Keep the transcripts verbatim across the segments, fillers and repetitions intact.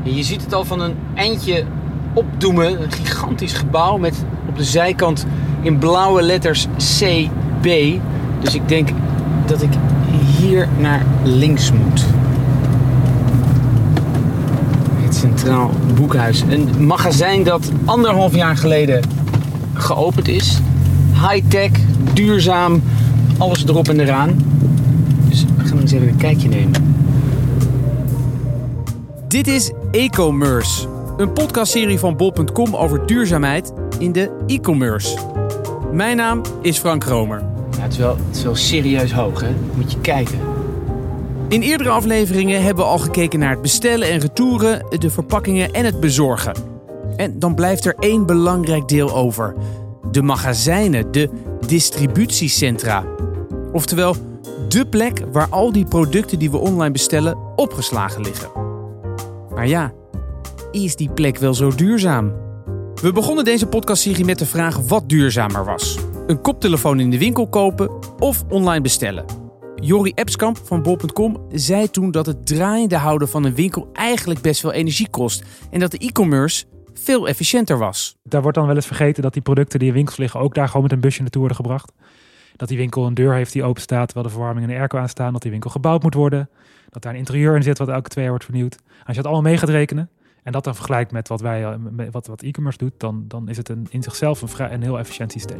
Je ziet het al van een eindje opdoemen. Een gigantisch gebouw met op de zijkant in blauwe letters C B. Dus ik denk dat ik hier naar links moet. Het Centraal Boekhuis. Een magazijn dat anderhalf jaar geleden geopend is. High-tech, duurzaam, alles erop en eraan. Dus we gaan eens even een kijkje nemen. Dit is E-commerce, een podcastserie van bol punt com over duurzaamheid in de e-commerce. Mijn naam is Frank Romer. Ja, het is wel, het is wel serieus hoog, hè? Moet je kijken. In eerdere afleveringen hebben we al gekeken naar het bestellen en retouren, de verpakkingen en het bezorgen. En dan blijft er één belangrijk deel over. De magazijnen, de distributiecentra. Oftewel, de plek waar al die producten die we online bestellen opgeslagen liggen. Maar ja, is die plek wel zo duurzaam? We begonnen deze podcastserie met de vraag wat duurzamer was. Een koptelefoon in de winkel kopen of online bestellen. Jori Epskamp van bol punt com zei toen dat het draaiende houden van een winkel eigenlijk best veel energie kost. En dat de e-commerce veel efficiënter was. Daar wordt dan wel eens vergeten dat die producten die in winkels liggen ook daar gewoon met een busje naartoe worden gebracht. Dat die winkel een deur heeft die open staat, terwijl de verwarming en de airco aanstaan. Dat die winkel gebouwd moet worden. Dat daar een interieur in zit wat elke twee jaar wordt vernieuwd. Als je dat allemaal mee gaat rekenen en dat dan vergelijkt met wat wij, wat, wat e-commerce doet, dan, dan is het een, in zichzelf een, vrij, een heel efficiënt systeem.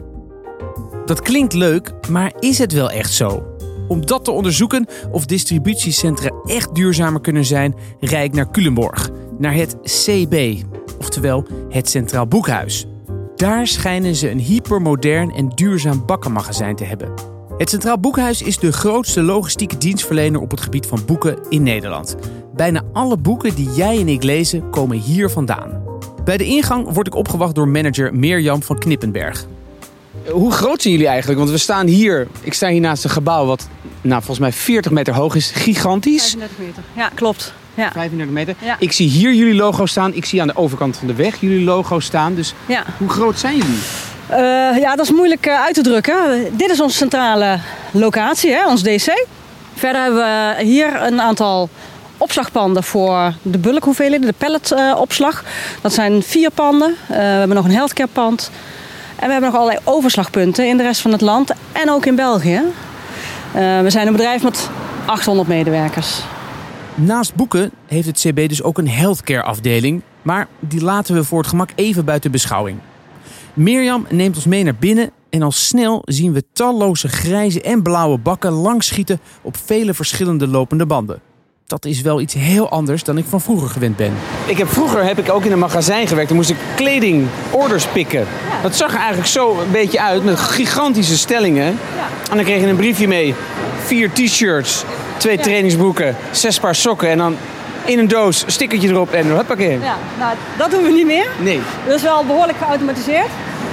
Dat klinkt leuk, maar is het wel echt zo? Om dat te onderzoeken of distributiecentra echt duurzamer kunnen zijn, rijd ik naar Culemborg, naar het C B, oftewel het Centraal Boekhuis. Daar schijnen ze een hypermodern en duurzaam bakkenmagazijn te hebben. Het Centraal Boekhuis is de grootste logistieke dienstverlener op het gebied van boeken in Nederland. Bijna alle boeken die jij en ik lezen komen hier vandaan. Bij de ingang word ik opgewacht door manager Mirjam van Knippenberg. Hoe groot zijn jullie eigenlijk? Want we staan hier, ik sta hier naast een gebouw wat nou, volgens mij veertig meter hoog is. Gigantisch. vijfendertig meter. Ja, klopt. Ja. vijfendertig meter. Ja. Ik zie hier jullie logo staan. Ik zie aan de overkant van de weg jullie logo staan. Dus Ja. hoe groot zijn jullie? Uh, ja, dat is moeilijk uh, uit te drukken. Dit is onze centrale locatie, hè, ons D C. Verder hebben we hier een aantal opslagpanden voor de bulkhoeveelheden, de palletopslag. Uh, dat zijn vier panden. Uh, we hebben nog een healthcare pand. En we hebben nog allerlei overslagpunten in de rest van het land en ook in België. Uh, we zijn een bedrijf met achthonderd medewerkers. Naast boeken heeft het C B dus ook een healthcare afdeling, maar die laten we voor het gemak even buiten beschouwing. Mirjam neemt ons mee naar binnen en al snel zien we talloze grijze en blauwe bakken langschieten op vele verschillende lopende banden. Dat is wel iets heel anders dan ik van vroeger gewend ben. Ik heb, vroeger heb ik ook in een magazijn gewerkt. Dan moest ik kleding, orders pikken. Ja. Dat zag er eigenlijk zo een beetje uit met gigantische stellingen. Ja. En dan kreeg je een briefje mee. Vier t-shirts, twee ja. trainingsbroeken, zes paar sokken. En dan in een doos, stickertje erop en huppakee. Ja, nou, dat doen we niet meer. Nee. Dat is wel behoorlijk geautomatiseerd.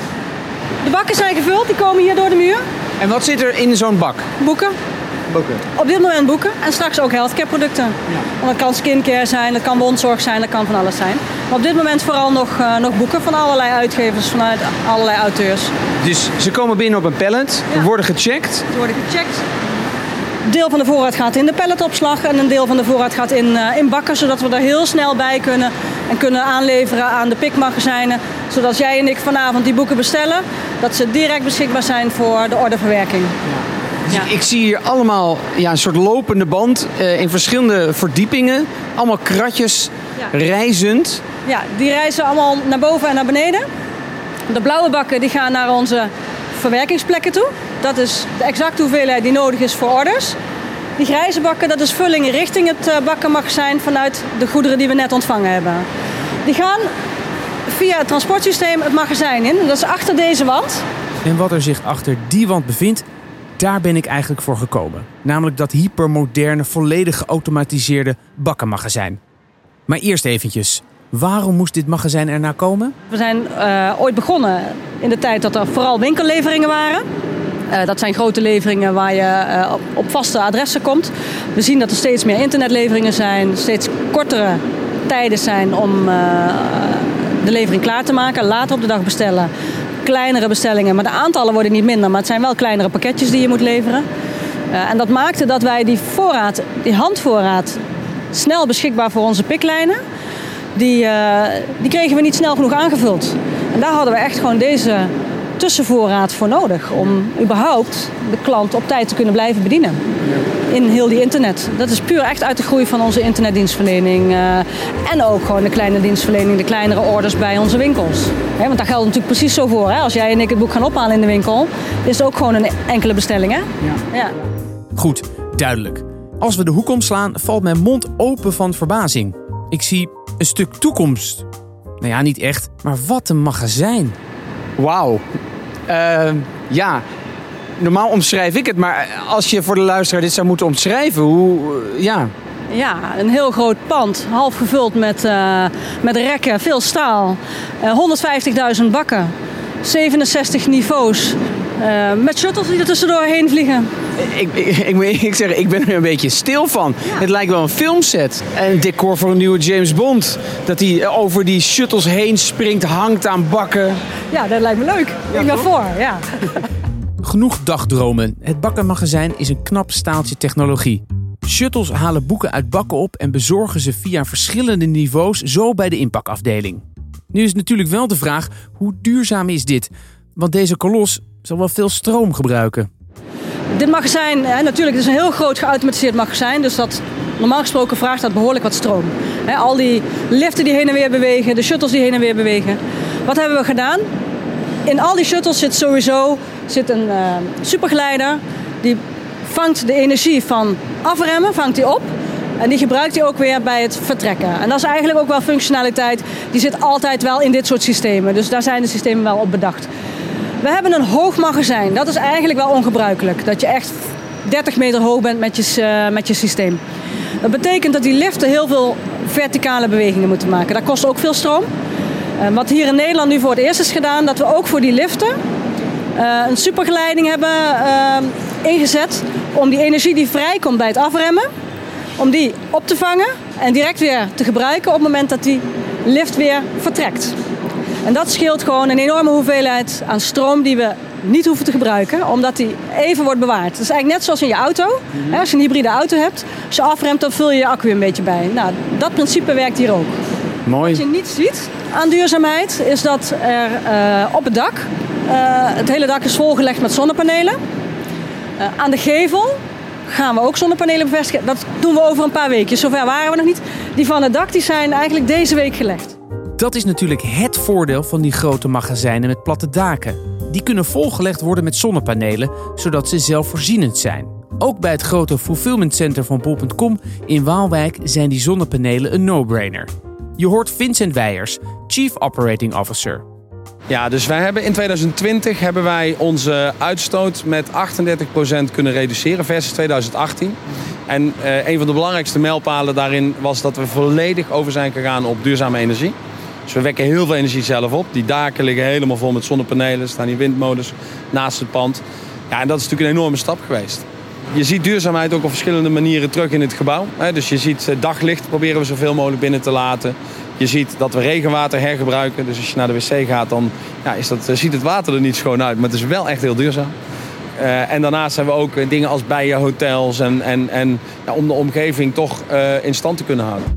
De bakken zijn gevuld, die komen hier door de muur. En wat zit er in zo'n bak? Boeken. Boeken. Op dit moment boeken en straks ook healthcare producten. Ja. Want dat kan skincare zijn, dat kan mondzorg zijn, dat kan van alles zijn. Maar op dit moment vooral nog, uh, nog boeken van allerlei uitgevers, vanuit allerlei auteurs. Dus ze komen binnen op een pallet, ja. worden gecheckt. Ze worden gecheckt. Een deel van de voorraad gaat in de palletopslag en een deel van de voorraad gaat in, uh, in bakken, zodat we er heel snel bij kunnen en kunnen aanleveren aan de pikmagazijnen. Zodat als jij en ik vanavond die boeken bestellen, dat ze direct beschikbaar zijn voor de orderverwerking. Ja. Ja. Ik zie hier allemaal ja, een soort lopende band uh, in verschillende verdiepingen. Allemaal kratjes, ja. reizend. Ja, die reizen allemaal naar boven en naar beneden. De blauwe bakken die gaan naar onze verwerkingsplekken toe. Dat is de exacte hoeveelheid die nodig is voor orders. Die grijze bakken, dat is vulling richting het uh, bakkenmagazijn vanuit de goederen die we net ontvangen hebben. Die gaan via het transportsysteem het magazijn in. Dat is achter deze wand. En wat er zich achter die wand bevindt, daar ben ik eigenlijk voor gekomen. Namelijk dat hypermoderne, volledig geautomatiseerde bakkenmagazijn. Maar eerst eventjes, waarom moest dit magazijn er nou komen? We zijn uh, ooit begonnen in de tijd dat er vooral winkelleveringen waren. Uh, dat zijn grote leveringen waar je uh, op, op vaste adressen komt. We zien dat er steeds meer internetleveringen zijn, steeds kortere tijden zijn om uh, de levering klaar te maken. Later op de dag bestellen. Kleinere bestellingen, maar de aantallen worden niet minder. Maar het zijn wel kleinere pakketjes die je moet leveren. Uh, en dat maakte dat wij die voorraad, die handvoorraad, snel beschikbaar voor onze piklijnen. die, uh, die kregen we niet snel genoeg aangevuld. En daar hadden we echt gewoon deze tussenvoorraad voor nodig om überhaupt de klant op tijd te kunnen blijven bedienen. In heel die internet. Dat is puur echt uit de groei van onze internetdienstverlening. Uh, en ook gewoon de kleine dienstverlening, de kleinere orders bij onze winkels. He, want daar geldt natuurlijk precies zo voor. Hè? Als jij en ik het boek gaan ophalen in de winkel, is het ook gewoon een enkele bestelling. Hè? Ja. Ja. Goed, duidelijk. Als we de hoek omslaan, valt mijn mond open van verbazing. Ik zie een stuk toekomst. Nou ja, niet echt, maar wat een magazijn. Wauw. Uh, ja, normaal omschrijf ik het, maar als je voor de luisteraar dit zou moeten omschrijven, hoe, uh, ja... Ja, een heel groot pand, half gevuld met, uh, met rekken, veel staal, uh, honderdvijftigduizend bakken, zevenenzestig niveaus, uh, met shuttles die er tussendoor heen vliegen. Ik, ik, ik moet eerlijk zeggen, ik ben er een beetje stil van. Ja. Het lijkt wel een filmset. Een decor voor een nieuwe James Bond. Dat hij over die shuttles heen springt, hangt aan bakken. Ja, dat lijkt me leuk. Ja, ik ben voor, ja. Genoeg dagdromen. Het bakkenmagazijn is een knap staaltje technologie. Shuttles halen boeken uit bakken op en bezorgen ze via verschillende niveaus zo bij de inpakafdeling. Nu is natuurlijk wel de vraag, hoe duurzaam is dit? Want deze kolos zal wel veel stroom gebruiken. Dit magazijn, hè, natuurlijk, het is een heel groot geautomatiseerd magazijn. Dus dat, normaal gesproken vraagt dat behoorlijk wat stroom. Hè, al die liften die heen en weer bewegen, de shuttles die heen en weer bewegen. Wat hebben we gedaan? In al die shuttles zit sowieso zit een uh, supergeleider. Die vangt de energie van afremmen, vangt die op. En die gebruikt hij ook weer bij het vertrekken. En dat is eigenlijk ook wel functionaliteit. Die zit altijd wel in dit soort systemen. Dus daar zijn de systemen wel op bedacht. We hebben een hoog magazijn. Dat is eigenlijk wel ongebruikelijk. Dat je echt dertig meter hoog bent met je, uh, met je systeem. Dat betekent dat die liften heel veel verticale bewegingen moeten maken. Dat kost ook veel stroom. Uh, wat hier in Nederland nu voor het eerst is gedaan, dat we ook voor die liften uh, een supergeleiding hebben uh, ingezet om die energie die vrijkomt bij het afremmen, om die op te vangen en direct weer te gebruiken op het moment dat die lift weer vertrekt. En dat scheelt gewoon een enorme hoeveelheid aan stroom die we niet hoeven te gebruiken, omdat die even wordt bewaard. Dat is eigenlijk net zoals in je auto. Mm-hmm. Als je een hybride auto hebt, als je afremt, dan vul je je accu een beetje bij. Nou, dat principe werkt hier ook. Mooi. Wat je niet ziet aan duurzaamheid is dat er uh, op het dak, uh, het hele dak is volgelegd met zonnepanelen. Uh, aan de gevel gaan we ook zonnepanelen bevestigen. Dat doen we over een paar weken. Zover waren we nog niet. Die van het dak die zijn eigenlijk deze week gelegd. Dat is natuurlijk het voordeel van die grote magazijnen met platte daken. Die kunnen volgelegd worden met zonnepanelen, zodat ze zelfvoorzienend zijn. Ook bij het grote fulfillment center van bol punt com in Waalwijk zijn die zonnepanelen een no-brainer. Je hoort Vincent Weijers, Chief Operating Officer. Ja, dus wij hebben in twintig twintig hebben wij onze uitstoot met achtendertig procent kunnen reduceren versus twintig achttien. En uh, een van de belangrijkste mijlpalen daarin was dat we volledig over zijn gegaan op duurzame energie. Dus we wekken heel veel energie zelf op. Die daken liggen helemaal vol met zonnepanelen. Er staan die windmolens naast het pand. Ja, en dat is natuurlijk een enorme stap geweest. Je ziet duurzaamheid ook op verschillende manieren terug in het gebouw. Dus je ziet daglicht proberen we zoveel mogelijk binnen te laten. Je ziet dat we regenwater hergebruiken. Dus als je naar de wc gaat, dan ja, is dat, ziet het water er niet schoon uit. Maar het is wel echt heel duurzaam. Uh, en daarnaast hebben we ook dingen als bijenhotels. En, en, en ja, om de omgeving toch uh, in stand te kunnen houden.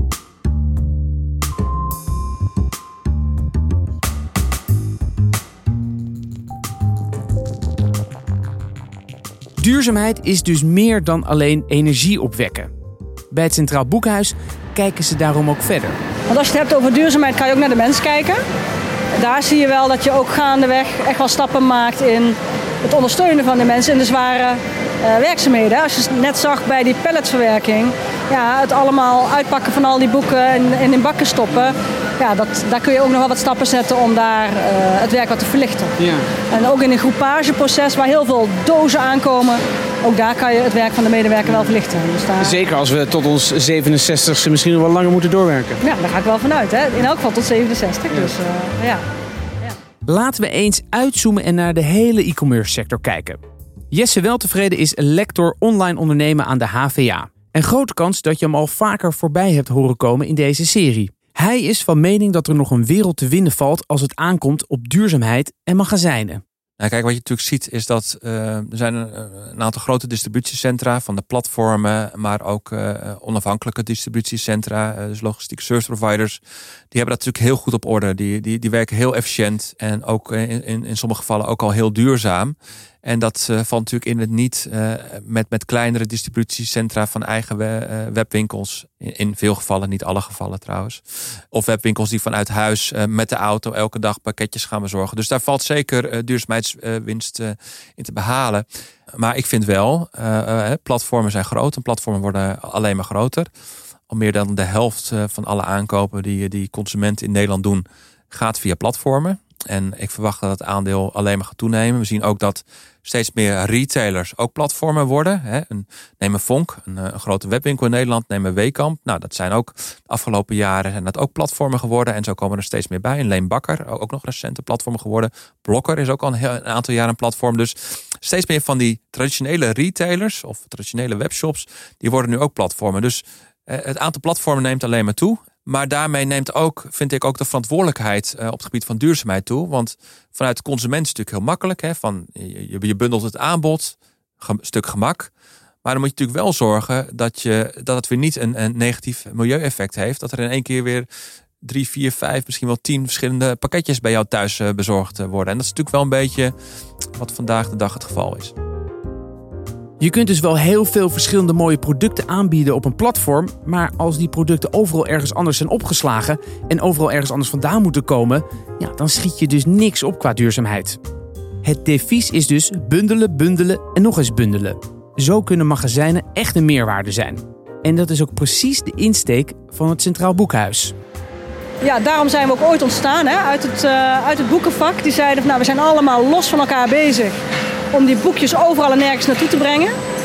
Duurzaamheid is dus meer dan alleen energie opwekken. Bij het Centraal Boekhuis kijken ze daarom ook verder. Want als je het hebt over duurzaamheid, kan je ook naar de mens kijken. Daar zie je wel dat je ook gaandeweg echt wel stappen maakt in het ondersteunen van de mensen in de zware uh, werkzaamheden. Als je het net zag bij die palletsverwerking, ja, het allemaal uitpakken van al die boeken en, en in bakken stoppen. Ja, dat, daar kun je ook nog wel wat stappen zetten om daar uh, het werk wat te verlichten. Ja. En ook in een groepageproces waar heel veel dozen aankomen, ook daar kan je het werk van de medewerker wel verlichten. Dus daar... Zeker als we tot ons zevenenzestigste misschien nog wel langer moeten doorwerken. Ja, daar ga ik wel vanuit. Hè? In elk geval tot zevenenzestig. Ja. Dus, uh, ja. Ja. Laten we eens uitzoomen en naar de hele e-commerce sector kijken. Jesse Weltevreden is lector online ondernemen aan de H V A. En grote kans dat je hem al vaker voorbij hebt horen komen in deze serie. Hij is van mening dat er nog een wereld te winnen valt als het aankomt op duurzaamheid en magazijnen. Nou, kijk, wat je natuurlijk ziet is dat uh, er zijn een, een aantal grote distributiecentra van de platformen, maar ook uh, onafhankelijke distributiecentra, uh, dus logistieke service providers. Die hebben dat natuurlijk heel goed op orde. Die, die, die werken heel efficiënt en ook in, in, in sommige gevallen ook al heel duurzaam. En dat uh, valt natuurlijk in het niet uh, met, met kleinere distributiecentra van eigen we, uh, webwinkels. In, in veel gevallen, niet alle gevallen trouwens. Of webwinkels die vanuit huis uh, met de auto elke dag pakketjes gaan bezorgen. Dus daar valt zeker uh, duurzaamheidswinst uh, in te behalen. Maar ik vind wel, uh, uh, platformen zijn groot en platformen worden alleen maar groter. Al meer dan de helft uh, van alle aankopen die, die consumenten in Nederland doen, gaat via platformen. En ik verwacht dat het aandeel alleen maar gaat toenemen. We zien ook dat steeds meer retailers ook platformen worden. Hè. Een, neem een Vonk, een, een grote webwinkel in Nederland. Neem een Wekamp. Nou, dat zijn ook de afgelopen jaren zijn dat ook platformen geworden. En zo komen er steeds meer bij. Een Leen Bakker, ook nog recente platformen geworden. Blokker is ook al een, heel, een aantal jaar een platform. Dus steeds meer van die traditionele retailers of traditionele webshops, die worden nu ook platformen. Dus eh, het aantal platformen neemt alleen maar toe. Maar daarmee neemt ook, vind ik, ook de verantwoordelijkheid uh, op het gebied van duurzaamheid toe. Want vanuit de consument is het natuurlijk heel makkelijk. Hè, van, je, je bundelt het aanbod, een stuk gemak. Maar dan moet je natuurlijk wel zorgen dat, je, dat het weer niet een, een negatief milieueffect heeft. Dat er in één keer weer drie, vier, vijf, misschien wel tien verschillende pakketjes bij jou thuis uh, bezorgd worden. En dat is natuurlijk wel een beetje wat vandaag de dag het geval is. Je kunt dus wel heel veel verschillende mooie producten aanbieden op een platform, maar als die producten overal ergens anders zijn opgeslagen en overal ergens anders vandaan moeten komen, ja, dan schiet je dus niks op qua duurzaamheid. Het devies is dus bundelen, bundelen en nog eens bundelen. Zo kunnen magazijnen echt een meerwaarde zijn. En dat is ook precies de insteek van het Centraal Boekhuis. Ja, daarom zijn we ook ooit ontstaan, hè, uit, het, uh, uit het boekenvak. Die zeiden, nou, we zijn allemaal los van elkaar bezig om die boekjes overal en nergens naartoe te brengen.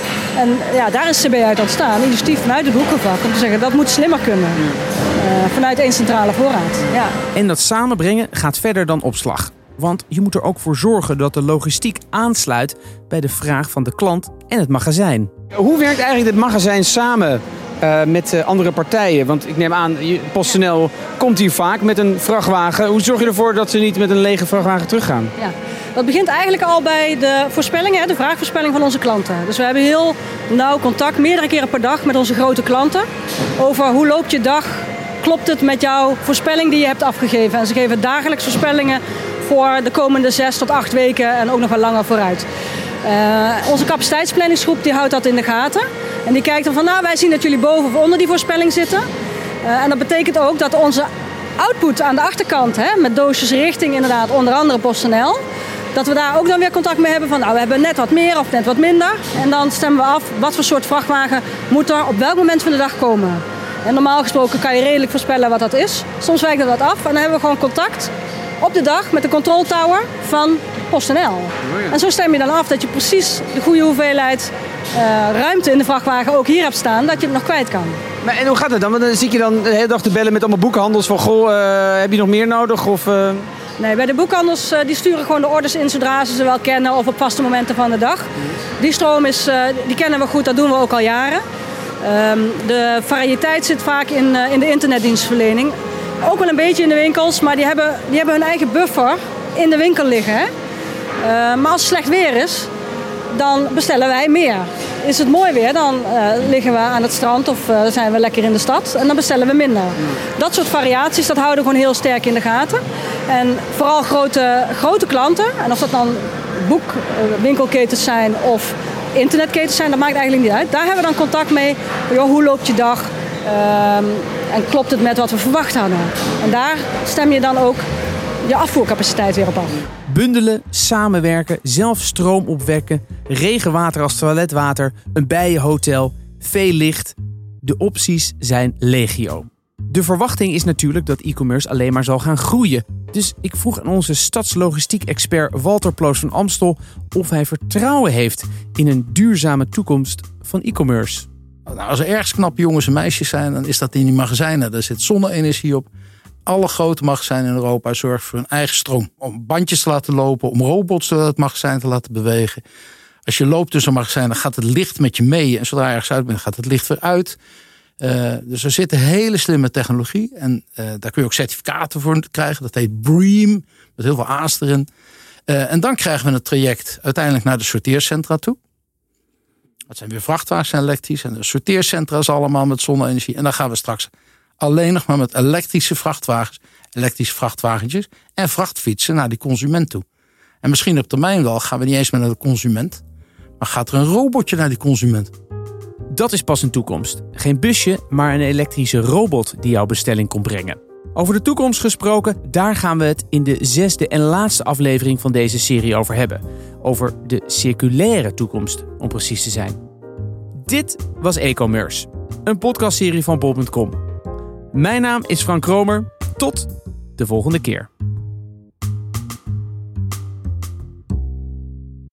En ja, daar is C B uit ontstaan, initiatief vanuit het boekenvak. Om te zeggen, dat moet slimmer kunnen. Uh, vanuit één centrale voorraad. Ja. En dat samenbrengen gaat verder dan opslag. Want je moet er ook voor zorgen dat de logistiek aansluit bij de vraag van de klant en het magazijn. Hoe werkt eigenlijk dit magazijn samen uh, met uh, andere partijen? Want ik neem aan, PostNL komt hier vaak met een vrachtwagen. Hoe zorg je ervoor dat ze niet met een lege vrachtwagen teruggaan? Ja. Dat begint eigenlijk al bij de voorspellingen, de vraagvoorspelling van onze klanten. Dus we hebben heel nauw contact, meerdere keren per dag met onze grote klanten. Over hoe loopt je dag, klopt het met jouw voorspelling die je hebt afgegeven. En ze geven dagelijks voorspellingen voor de komende zes tot acht weken en ook nog wel langer vooruit. Uh, onze capaciteitsplanningsgroep die houdt dat in de gaten. En die kijkt dan van, nou, wij zien dat jullie boven of onder die voorspelling zitten. Uh, en dat betekent ook dat onze output aan de achterkant, hè, met doosjes richting inderdaad onder andere PostNL, dat we daar ook dan weer contact mee hebben van, nou, we hebben net wat meer of net wat minder. En dan stemmen we af wat voor soort vrachtwagen moet er op welk moment van de dag komen. En normaal gesproken kan je redelijk voorspellen wat dat is. Soms wijkt dat wat af en dan hebben we gewoon contact op de dag met de control tower van PostNL. Oh ja. En zo stem je dan af dat je precies de goede hoeveelheid uh, ruimte in de vrachtwagen ook hier hebt staan, dat je het nog kwijt kan. Maar en hoe gaat het dan? Want dan zit je dan de hele dag te bellen met allemaal boekhandels van, goh, uh, heb je nog meer nodig? Of, uh... Nee, bij de boekhandels uh, die sturen gewoon de orders in zodra ze ze wel kennen of op vaste momenten van de dag. Die stroom is, uh, die kennen we goed, dat doen we ook al jaren. Um, de variëteit zit vaak in, uh, in de internetdienstverlening. Ook wel een beetje in de winkels, maar die hebben, die hebben hun eigen buffer in de winkel liggen. Hè? Uh, maar als het slecht weer is, dan bestellen wij meer. Is het mooi weer, dan uh, liggen we aan het strand of uh, zijn we lekker in de stad en dan bestellen we minder. Dat soort variaties, dat houden we gewoon heel sterk in de gaten. En vooral grote, grote klanten, en of dat dan boekwinkelketens zijn of internetketens zijn, dat maakt eigenlijk niet uit. Daar hebben we dan contact mee. Joh, hoe loopt je dag? Uh, en klopt het met wat we verwacht hadden? En daar stem je dan ook je afvoercapaciteit weer op af. Bundelen, samenwerken, zelf stroom opwekken, regenwater als toiletwater, een bijenhotel, veel licht. De opties zijn legio. De verwachting is natuurlijk dat e-commerce alleen maar zal gaan groeien. Dus ik vroeg aan onze stadslogistiek-expert Walter Ploos van Amstel of hij vertrouwen heeft in een duurzame toekomst van e-commerce. Nou, als er ergens knappe jongens en meisjes zijn, dan is dat in die magazijnen. Daar zit zonne-energie op. Alle grote magazijnen in Europa zorgen voor hun eigen stroom. Om bandjes te laten lopen, om robots het magazijn te laten bewegen. Als je loopt tussen een magazijn, dan gaat het licht met je mee. En zodra je ergens uit bent, gaat het licht weer uit. Uh, dus er zit een hele slimme technologie. En uh, daar kun je ook certificaten voor krijgen. Dat heet BREEAM, met heel veel A's erin. Uh, en dan krijgen we het traject uiteindelijk naar de sorteercentra toe. Dat zijn weer vrachtwagens en elektrisch. En de sorteercentra is allemaal met zonne-energie. En dan gaan we straks alleen nog maar met elektrische vrachtwagens, elektrische vrachtwagentjes en vrachtfietsen naar die consument toe. En misschien op termijn wel gaan we niet eens meer naar de consument, maar gaat er een robotje naar die consument. Dat is pas een toekomst. Geen busje, maar een elektrische robot die jouw bestelling komt brengen. Over de toekomst gesproken, daar gaan we het in de zesde en laatste aflevering van deze serie over hebben. Over de circulaire toekomst, om precies te zijn. Dit was Ecommerce, een podcastserie van bol punt com. Mijn naam is Frank Kromer. Tot de volgende keer.